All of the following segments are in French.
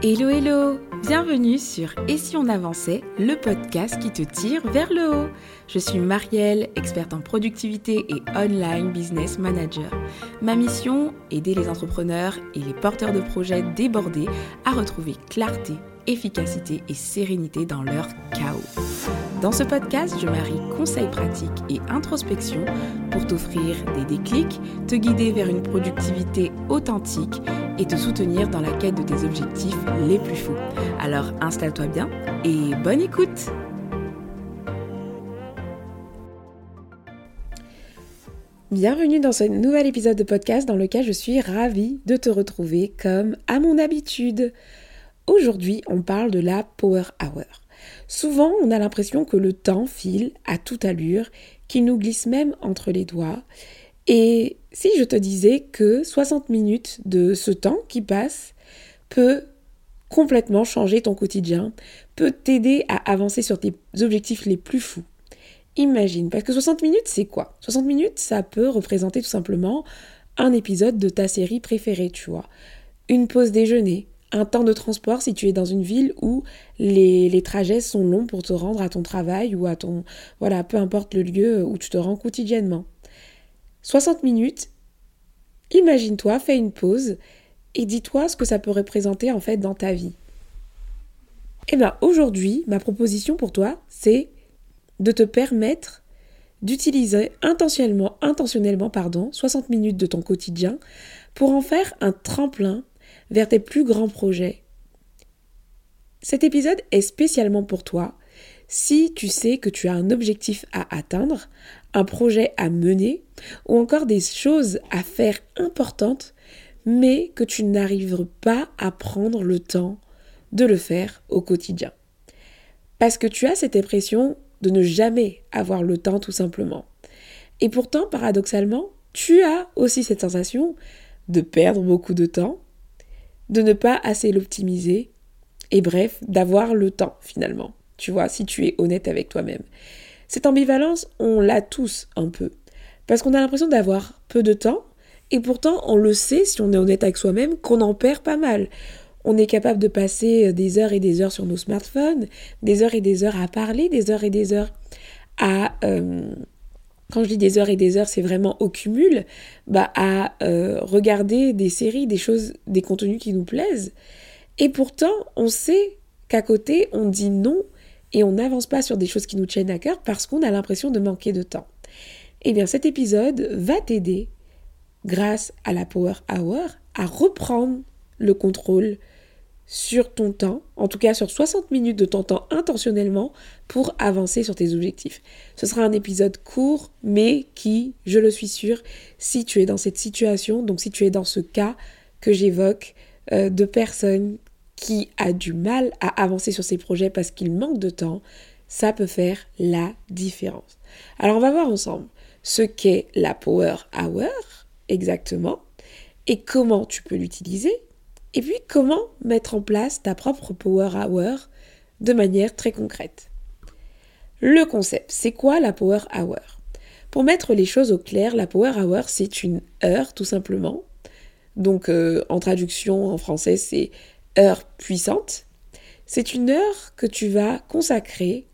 Hello hello, bienvenue sur Et si on avançait, le podcast qui te tire vers le haut. Je suis Marielle, experte en productivité et online business manager. Ma mission, aider les entrepreneurs et les porteurs de projets débordés à retrouver clarté, efficacité et sérénité dans leur chaos. Dans ce podcast, je marie conseils pratiques et introspection pour t'offrir des déclics, te guider vers une productivité authentique et te soutenir dans la quête de tes objectifs les plus fous. Alors installe-toi bien et bonne écoute! Bienvenue dans ce nouvel épisode de podcast dans lequel je suis ravie de te retrouver comme à mon habitude. Aujourd'hui, on parle de la Power Hour. Souvent, on a l'impression que le temps file à toute allure, qu'il nous glisse même entre les doigts. Et si je te disais que 60 minutes de ce temps qui passe peut complètement changer ton quotidien, peut t'aider à avancer sur tes objectifs les plus fous. Imagine, parce que 60 minutes, c'est quoi ? 60 minutes, ça peut représenter tout simplement un épisode de ta série préférée, tu vois. Une pause déjeuner, un temps de transport si tu es dans une ville où les trajets sont longs pour te rendre à ton travail ou à ton... Voilà, peu importe le lieu où tu te rends quotidiennement. 60 minutes, imagine-toi, fais une pause et dis-toi ce que ça peut représenter en fait dans ta vie. Eh bien, aujourd'hui, ma proposition pour toi, c'est de te permettre d'utiliser intentionnellement, 60 minutes de ton quotidien pour en faire un tremplin vers tes plus grands projets. Cet épisode est spécialement pour toi si tu sais que tu as un objectif à atteindre, un projet à mener ou encore des choses à faire importantes, mais que tu n'arrives pas à prendre le temps de le faire au quotidien. Parce que tu as cette impression de ne jamais avoir le temps tout simplement. Et pourtant, paradoxalement, tu as aussi cette sensation de perdre beaucoup de temps, de ne pas assez l'optimiser, et bref, d'avoir le temps finalement. Tu vois, si tu es honnête avec toi-même. Cette ambivalence, on l'a tous un peu. Parce qu'on a l'impression d'avoir peu de temps, et pourtant on le sait, si on est honnête avec soi-même, qu'on en perd pas mal. On est capable de passer des heures et des heures sur nos smartphones, des heures et des heures à parler, des heures et des heures à... Quand je dis des heures et des heures, c'est vraiment au cumul, à regarder des séries, des choses, des contenus qui nous plaisent. Et pourtant, on sait qu'à côté, on dit non et on n'avance pas sur des choses qui nous tiennent à cœur parce qu'on a l'impression de manquer de temps. Eh bien, cet épisode va t'aider, grâce à la Power Hour, à reprendre le contrôle sur ton temps, en tout cas sur 60 minutes de ton temps intentionnellement pour avancer sur tes objectifs. Ce sera un épisode court, mais qui, je le suis sûre, si tu es dans cette situation, donc si tu es dans ce cas que j'évoque, de personnes qui a du mal à avancer sur ses projets parce qu'il manque de temps, ça peut faire la différence. Alors on va voir ensemble ce qu'est la Power Hour exactement et comment tu peux l'utiliser et puis comment mettre en place ta propre Power Hour de manière très concrète. Le concept, c'est quoi la Power Hour ? Pour mettre les choses au clair, la Power Hour, c'est une heure tout simplement. Donc en traduction en français, c'est heure puissante. C'est une heure que tu vas consacrer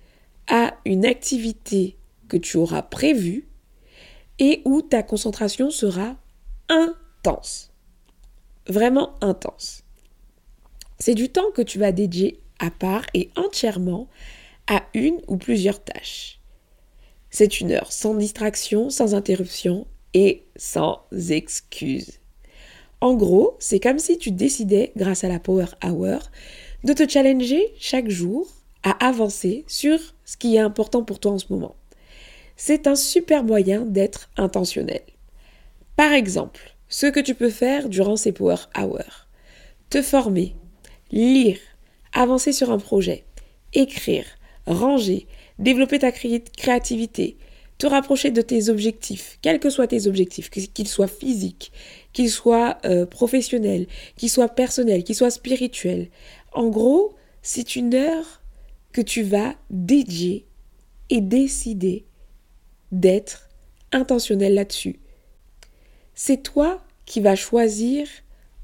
à une activité que tu auras prévue et où ta concentration sera intense. Vraiment intense. C'est du temps que tu vas dédier à part et entièrement à une ou plusieurs tâches. C'est une heure sans distraction, sans interruption et sans excuse. En gros, c'est comme si tu décidais, grâce à la Power Hour, de te challenger chaque jour à avancer sur ce qui est important pour toi en ce moment. C'est un super moyen d'être intentionnel. Par exemple, ce que tu peux faire durant ces Power Hours. Te former, lire, avancer sur un projet, écrire, ranger, développer ta créativité, te rapprocher de tes objectifs, quels que soient tes objectifs, qu'ils soient physiques, qu'ils soient professionnels, qu'ils soient personnels, qu'ils soient spirituels. En gros, c'est une heure que tu vas dédier et décider d'être intentionnel là-dessus. C'est toi qui vas choisir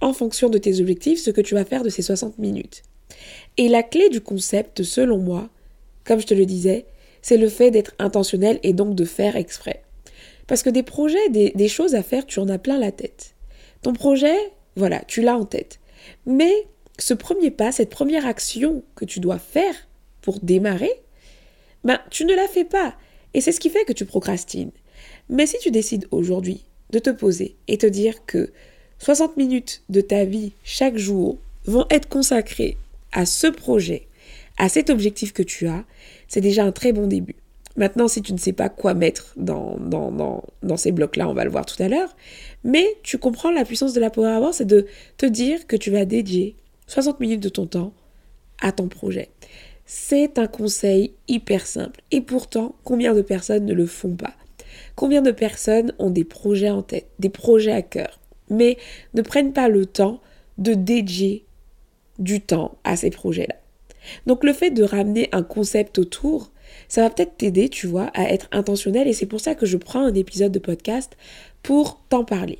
en fonction de tes objectifs ce que tu vas faire de ces 60 minutes. Et la clé du concept, selon moi, comme je te le disais, c'est le fait d'être intentionnel et donc de faire exprès. Parce que des projets, des choses à faire, tu en as plein la tête. Ton projet, voilà, tu l'as en tête. Mais ce premier pas, cette première action que tu dois faire pour démarrer, tu ne la fais pas. Et c'est ce qui fait que tu procrastines. Mais si tu décides aujourd'hui de te poser et te dire que 60 minutes de ta vie chaque jour vont être consacrées à ce projet, à cet objectif que tu as, c'est déjà un très bon début. Maintenant, si tu ne sais pas quoi mettre dans ces blocs-là, on va le voir tout à l'heure, mais tu comprends la puissance de la Power Hour, c'est de te dire que tu vas dédier 60 minutes de ton temps à ton projet. C'est un conseil hyper simple. Et pourtant, combien de personnes ne le font pas ? Combien de personnes ont des projets en tête, des projets à cœur, mais ne prennent pas le temps de dédier du temps à ces projets-là. Donc le fait de ramener un concept autour, ça va peut-être t'aider, tu vois, à être intentionnel et c'est pour ça que je prends un épisode de podcast pour t'en parler.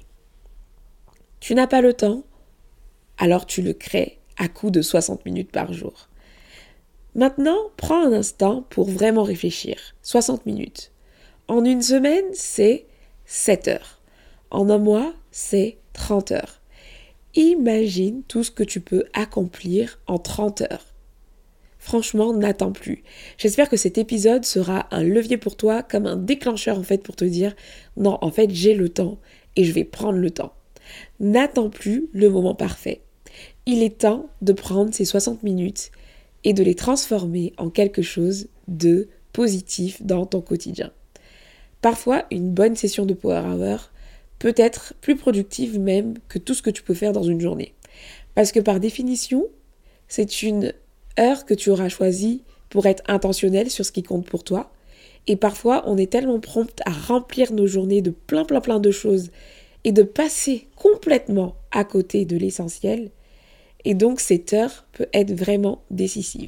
Tu n'as pas le temps, alors tu le crées à coup de 60 minutes par jour. Maintenant, prends un instant pour vraiment réfléchir. 60 minutes. En une semaine, c'est 7 heures. En un mois, c'est 30 heures. Imagine tout ce que tu peux accomplir en 30 heures. Franchement, n'attends plus. J'espère que cet épisode sera un levier pour toi, comme un déclencheur en fait pour te dire non, en fait, j'ai le temps et je vais prendre le temps. N'attends plus le moment parfait. Il est temps de prendre ces 60 minutes et de les transformer en quelque chose de positif dans ton quotidien. Parfois, une bonne session de Power Hour peut être plus productive même que tout ce que tu peux faire dans une journée. Parce que par définition, c'est une heure que tu auras choisie pour être intentionnel sur ce qui compte pour toi. Et parfois, on est tellement prompt à remplir nos journées de plein de choses et de passer complètement à côté de l'essentiel. Et donc, cette heure peut être vraiment décisive.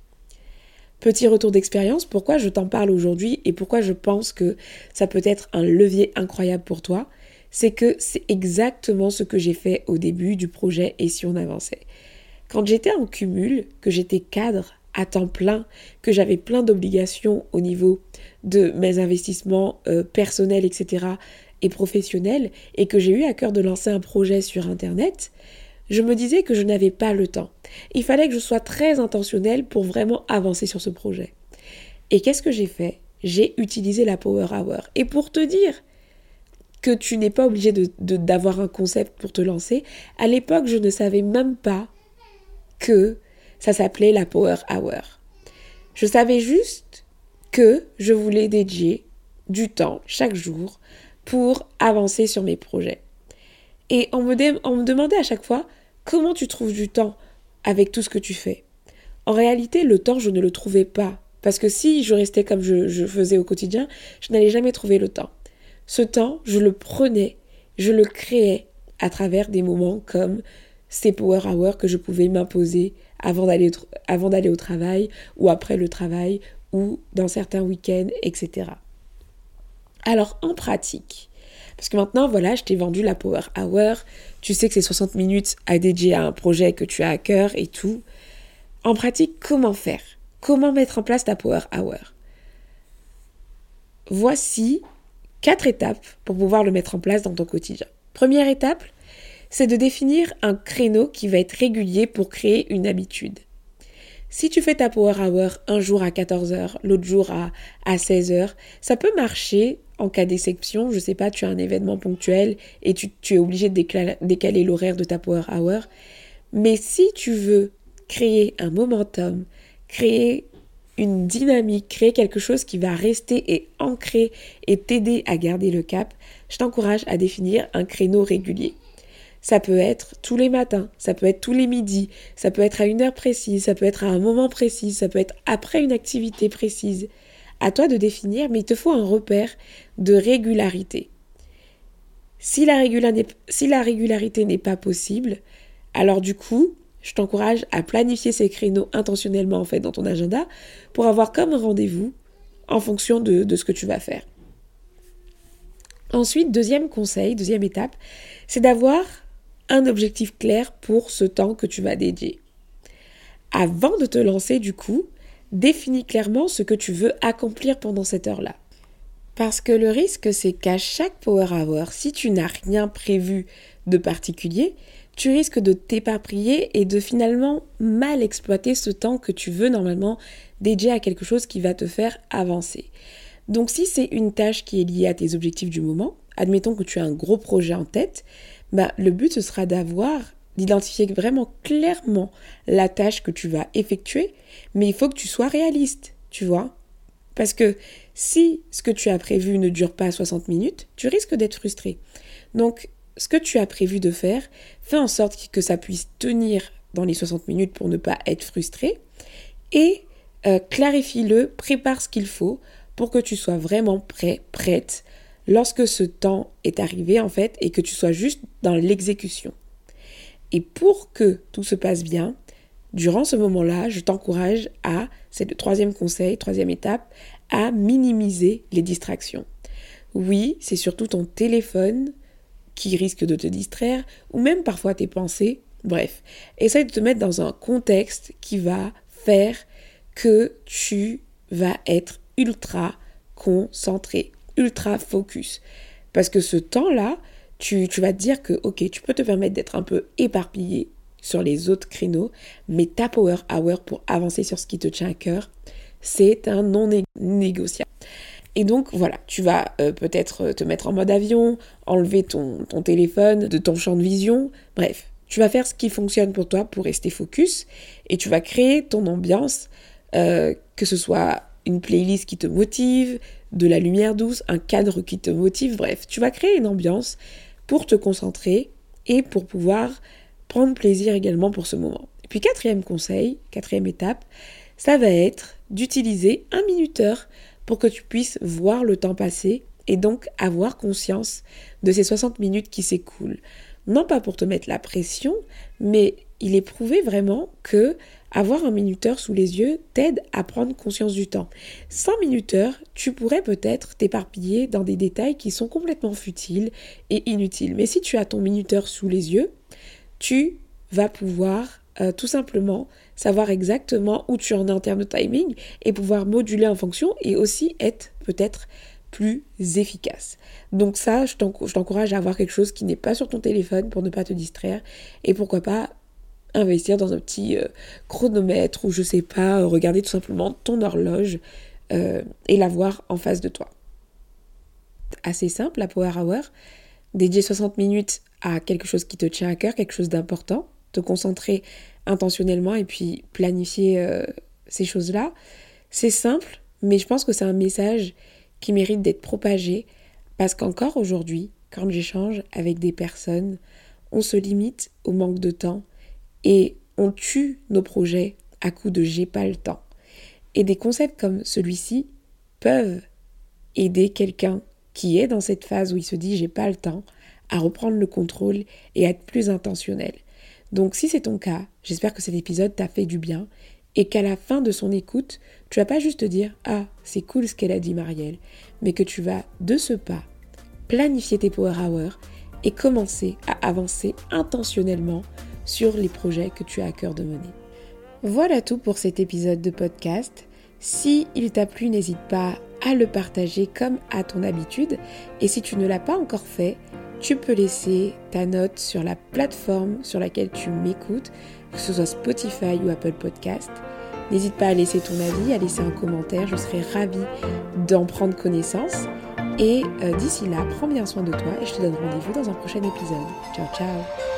Petit retour d'expérience, pourquoi je t'en parle aujourd'hui et pourquoi je pense que ça peut être un levier incroyable pour toi, c'est que c'est exactement ce que j'ai fait au début du projet Et si on avançait. Quand j'étais en cumul, que j'étais cadre à temps plein, que j'avais plein d'obligations au niveau de mes investissements personnels, etc. et professionnels, et que j'ai eu à cœur de lancer un projet sur Internet, je me disais que je n'avais pas le temps. Il fallait que je sois très intentionnelle pour vraiment avancer sur ce projet. Et qu'est-ce que j'ai fait ? J'ai utilisé la Power Hour. Et pour te dire que tu n'es pas obligé d'avoir un concept pour te lancer, à l'époque, je ne savais même pas que ça s'appelait la Power Hour. Je savais juste que je voulais dédier du temps chaque jour pour avancer sur mes projets. Et on me demandait à chaque fois comment tu trouves du temps avec tout ce que tu fais. En réalité, le temps, je ne le trouvais pas. Parce que si je restais comme je faisais au quotidien, je n'allais jamais trouver le temps. Ce temps, je le prenais, je le créais à travers des moments comme ces Power Hours que je pouvais m'imposer avant d'aller au travail ou après le travail ou dans certains week-ends, etc. Alors, en pratique, parce que maintenant, voilà, je t'ai vendu la Power Hour, tu sais que c'est 60 minutes à dédier à un projet que tu as à cœur et tout. En pratique, comment faire ? Comment mettre en place ta Power Hour ? Voici 4 étapes pour pouvoir le mettre en place dans ton quotidien. Première étape, c'est de définir un créneau qui va être régulier pour créer une habitude. Si tu fais ta Power Hour un jour à 14h, l'autre jour à 16h, ça peut marcher en cas d'exception. Je sais pas, tu as un événement ponctuel et tu es obligé de décaler l'horaire de ta Power Hour. Mais si tu veux créer un momentum, créer une dynamique, créer quelque chose qui va rester et ancrer et t'aider à garder le cap, je t'encourage à définir un créneau régulier. Ça peut être tous les matins, ça peut être tous les midis, ça peut être à une heure précise, ça peut être à un moment précis, ça peut être après une activité précise. À toi de définir, mais il te faut un repère de régularité. Si la régularité n'est pas possible, alors du coup, je t'encourage à planifier ces créneaux intentionnellement en fait dans ton agenda pour avoir comme un rendez-vous en fonction de ce que tu vas faire. Ensuite, deuxième conseil, deuxième étape, c'est d'avoir un objectif clair pour ce temps que tu vas dédier. Avant de te lancer du coup, définis clairement ce que tu veux accomplir pendant cette heure-là. Parce que le risque, c'est qu'à chaque Power Hour, si tu n'as rien prévu de particulier, tu risques de t'éparpiller et de finalement mal exploiter ce temps que tu veux normalement dédier à quelque chose qui va te faire avancer. Donc si c'est une tâche qui est liée à tes objectifs du moment, admettons que tu as un gros projet en tête, le but ce sera d'identifier vraiment clairement la tâche que tu vas effectuer, mais il faut que tu sois réaliste, tu vois. Parce que si ce que tu as prévu ne dure pas 60 minutes, tu risques d'être frustré. Donc, ce que tu as prévu de faire, fais en sorte que ça puisse tenir dans les 60 minutes pour ne pas être frustré et clarifie-le, prépare ce qu'il faut pour que tu sois vraiment prête lorsque ce temps est arrivé en fait et que tu sois juste dans l'exécution. Et pour que tout se passe bien, durant ce moment-là, je t'encourage c'est le troisième conseil, troisième étape, à minimiser les distractions. Oui, c'est surtout ton téléphone qui risque de te distraire, ou même parfois tes pensées. Bref, essaye de te mettre dans un contexte qui va faire que tu vas être ultra concentré, ultra focus. Parce que ce temps-là, tu vas te dire que, ok, tu peux te permettre d'être un peu éparpillé sur les autres créneaux, mais ta Power Hour pour avancer sur ce qui te tient à cœur, c'est un non négociable. Et donc voilà, tu vas peut-être te mettre en mode avion, enlever ton téléphone de ton champ de vision, bref, tu vas faire ce qui fonctionne pour toi pour rester focus et tu vas créer ton ambiance, que ce soit une playlist qui te motive, de la lumière douce, un cadre qui te motive, bref, tu vas créer une ambiance pour te concentrer et pour pouvoir prendre plaisir également pour ce moment. Et puis quatrième conseil, quatrième étape, ça va être d'utiliser un minuteur pour que tu puisses voir le temps passer et donc avoir conscience de ces 60 minutes qui s'écoulent. Non pas pour te mettre la pression, mais il est prouvé vraiment que avoir un minuteur sous les yeux t'aide à prendre conscience du temps. Sans minuteur, tu pourrais peut-être t'éparpiller dans des détails qui sont complètement futiles et inutiles. Mais si tu as ton minuteur sous les yeux, tu vas pouvoir tout simplement savoir exactement où tu en es en termes de timing et pouvoir moduler en fonction et aussi être peut-être plus efficace. Donc ça, je t'encourage à avoir quelque chose qui n'est pas sur ton téléphone pour ne pas te distraire et pourquoi pas investir dans un petit chronomètre ou je sais pas, regarder tout simplement ton horloge et l'avoir en face de toi. Assez simple, la Power Hour, dédier 60 minutes à quelque chose qui te tient à cœur, quelque chose d'important, te concentrer intentionnellement et puis planifier ces choses-là. C'est simple, mais je pense que c'est un message qui mérite d'être propagé parce qu'encore aujourd'hui, quand j'échange avec des personnes, on se limite au manque de temps et on tue nos projets à coup de « j'ai pas le temps ». Et des concepts comme celui-ci peuvent aider quelqu'un qui est dans cette phase où il se dit « j'ai pas le temps » à reprendre le contrôle et à être plus intentionnel. Donc si c'est ton cas, j'espère que cet épisode t'a fait du bien et qu'à la fin de son écoute, tu vas pas juste te dire « Ah, c'est cool ce qu'elle a dit Marielle », mais que tu vas de ce pas planifier tes Power Hours et commencer à avancer intentionnellement sur les projets que tu as à cœur de mener. Voilà tout pour cet épisode de podcast. Si il t'a plu, n'hésite pas à le partager comme à ton habitude. Et si tu ne l'as pas encore fait, tu peux laisser ta note sur la plateforme sur laquelle tu m'écoutes, que ce soit Spotify ou Apple Podcast. N'hésite pas à laisser ton avis, à laisser un commentaire, je serai ravie d'en prendre connaissance. Et d'ici là, prends bien soin de toi et je te donne rendez-vous dans un prochain épisode. Ciao, ciao!